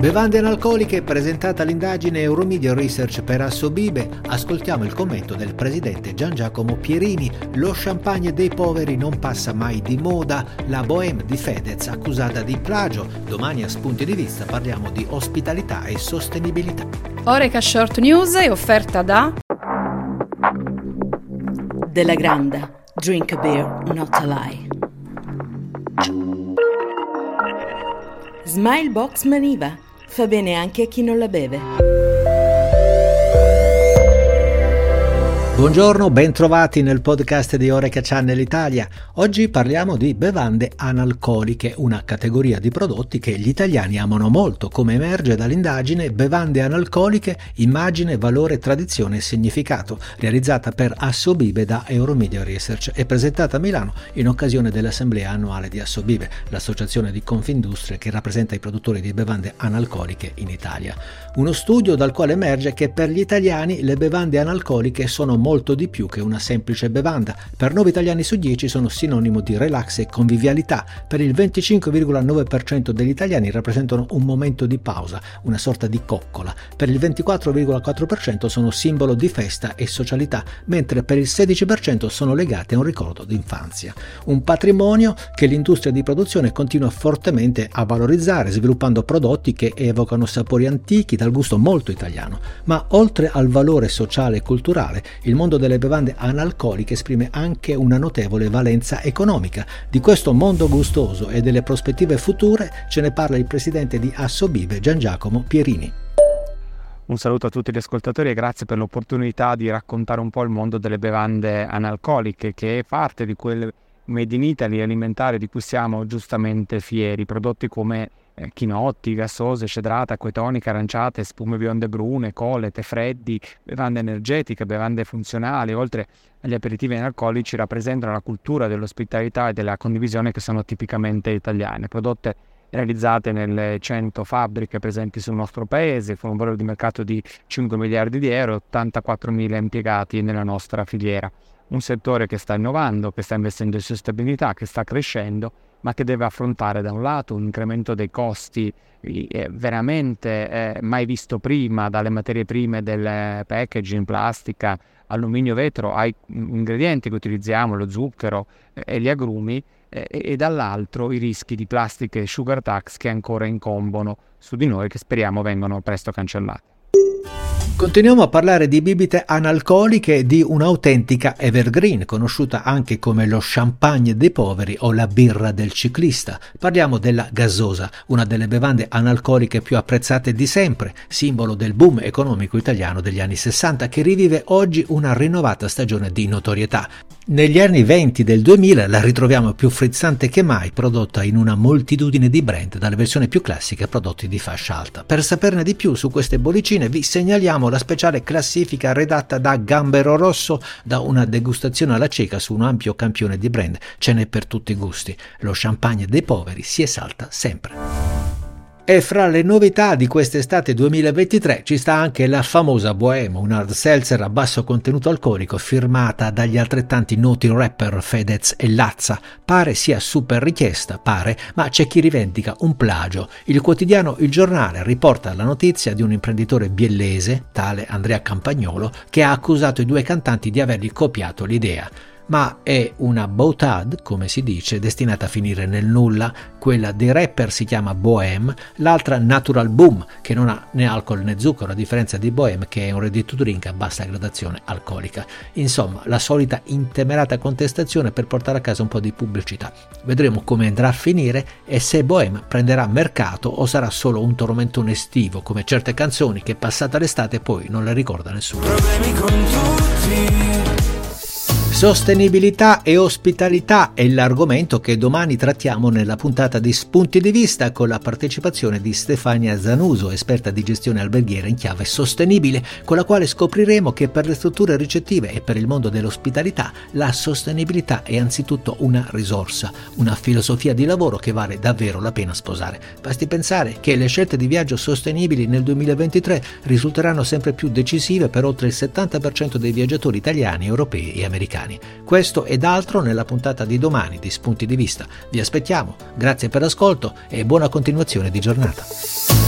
Bevande analcoliche, presentata l'indagine Euromedia Research per Assobibe, ascoltiamo il commento del presidente Gian Giacomo Pierini. Lo champagne dei poveri non passa mai di moda, la Bohème di Fedez accusata di plagio. Domani a Spunti di Vista parliamo di ospitalità e sostenibilità. Oreca Short News è offerta da Della Granda, drink a beer, not a lie. Smile Box Maniva, fa bene anche a chi non la beve. Buongiorno, ben trovati nel podcast di Oreca Channel Italia. Oggi parliamo di bevande analcoliche, una categoria di prodotti che gli italiani amano molto, come emerge dall'indagine Bevande analcoliche, immagine, valore, tradizione e significato, realizzata per Assobibe da Euromedia Research e presentata a Milano in occasione dell'assemblea annuale di Assobibe, l'associazione di Confindustria che rappresenta i produttori di bevande analcoliche in Italia. Uno studio dal quale emerge che per gli italiani le bevande analcoliche sono molto di più che una semplice bevanda. Per 9 italiani su 10 sono sinonimo di relax e convivialità. Per il 25,9% degli italiani rappresentano un momento di pausa, una sorta di coccola. Per il 24,4% sono simbolo di festa e socialità, mentre per il 16% sono legate a un ricordo d'infanzia. Un patrimonio che l'industria di produzione continua fortemente a valorizzare, sviluppando prodotti che evocano sapori antichi dal gusto molto italiano. Ma oltre al valore sociale e culturale, il mondo delle bevande analcoliche esprime anche una notevole valenza economica. Di questo mondo gustoso e delle prospettive future ce ne parla il presidente di Assobibe, Gian Giacomo Pierini. Un saluto a tutti gli ascoltatori e grazie per l'opportunità di raccontare un po' il mondo delle bevande analcoliche, che è parte di quel Made in Italy alimentare di cui siamo giustamente fieri. Prodotti come chinotti, gassose, cedrate, acque toniche, aranciate, spume bionde brune, cole, tè freddi, bevande energetiche, bevande funzionali, oltre agli aperitivi analcolici, rappresentano la cultura dell'ospitalità e della condivisione che sono tipicamente italiane, prodotte realizzate nelle 100 fabbriche presenti sul nostro paese, con un valore di mercato di 5 miliardi di euro e 84.000 impiegati nella nostra filiera. Un settore che sta innovando, che sta investendo in sostenibilità, che sta crescendo, ma che deve affrontare da un lato un incremento dei costi veramente mai visto prima, dalle materie prime del packaging, plastica, alluminio, vetro, ai ingredienti che utilizziamo, lo zucchero e gli agrumi, e dall'altro i rischi di plastiche e sugar tax che ancora incombono su di noi, che speriamo vengano presto cancellati. Continuiamo a parlare di bibite analcoliche e di un'autentica evergreen, conosciuta anche come lo champagne dei poveri o la birra del ciclista. Parliamo della gassosa, una delle bevande analcoliche più apprezzate di sempre, simbolo del boom economico italiano degli anni 60, che rivive oggi una rinnovata stagione di notorietà. Negli anni 20 del 2000 la ritroviamo più frizzante che mai, prodotta in una moltitudine di brand, dalle versioni più classiche a prodotti di fascia alta. Per saperne di più su queste bollicine vi segnaliamo la speciale classifica redatta da Gambero Rosso, da una degustazione alla cieca su un ampio campione di brand. Ce n'è per tutti i gusti. Lo champagne dei poveri si esalta sempre. E fra le novità di quest'estate 2023 ci sta anche la famosa Bohème, un hard seltzer a basso contenuto alcolico firmata dagli altrettanti noti rapper Fedez e Lazza. Pare sia super richiesta, ma c'è chi rivendica un plagio. Il quotidiano Il Giornale riporta la notizia di un imprenditore biellese, tale Andrea Campagnolo, che ha accusato i due cantanti di avergli copiato l'idea. Ma è una boutade, come si dice, destinata a finire nel nulla. Quella dei rapper si chiama Bohème, l'altra Natural Boom, che non ha né alcol né zucchero, a differenza di Bohème, che è un ready to drink a bassa gradazione alcolica. Insomma, la solita intemerata contestazione per portare a casa un po' di pubblicità. Vedremo come andrà a finire e se Bohème prenderà mercato o sarà solo un tormentone estivo, come certe canzoni che passata l'estate poi non le ricorda nessuno. Problemi con tutti. Sostenibilità e ospitalità è l'argomento che domani trattiamo nella puntata di Spunti di Vista, con la partecipazione di Stefania Zanuso, esperta di gestione alberghiera in chiave sostenibile, con la quale scopriremo che per le strutture ricettive e per il mondo dell'ospitalità la sostenibilità è anzitutto una risorsa, una filosofia di lavoro che vale davvero la pena sposare. Basti pensare che le scelte di viaggio sostenibili nel 2023 risulteranno sempre più decisive per oltre il 70% dei viaggiatori italiani, europei e americani. Questo ed altro nella puntata di domani di Spunti di Vista. Vi aspettiamo, grazie per l'ascolto e buona continuazione di giornata.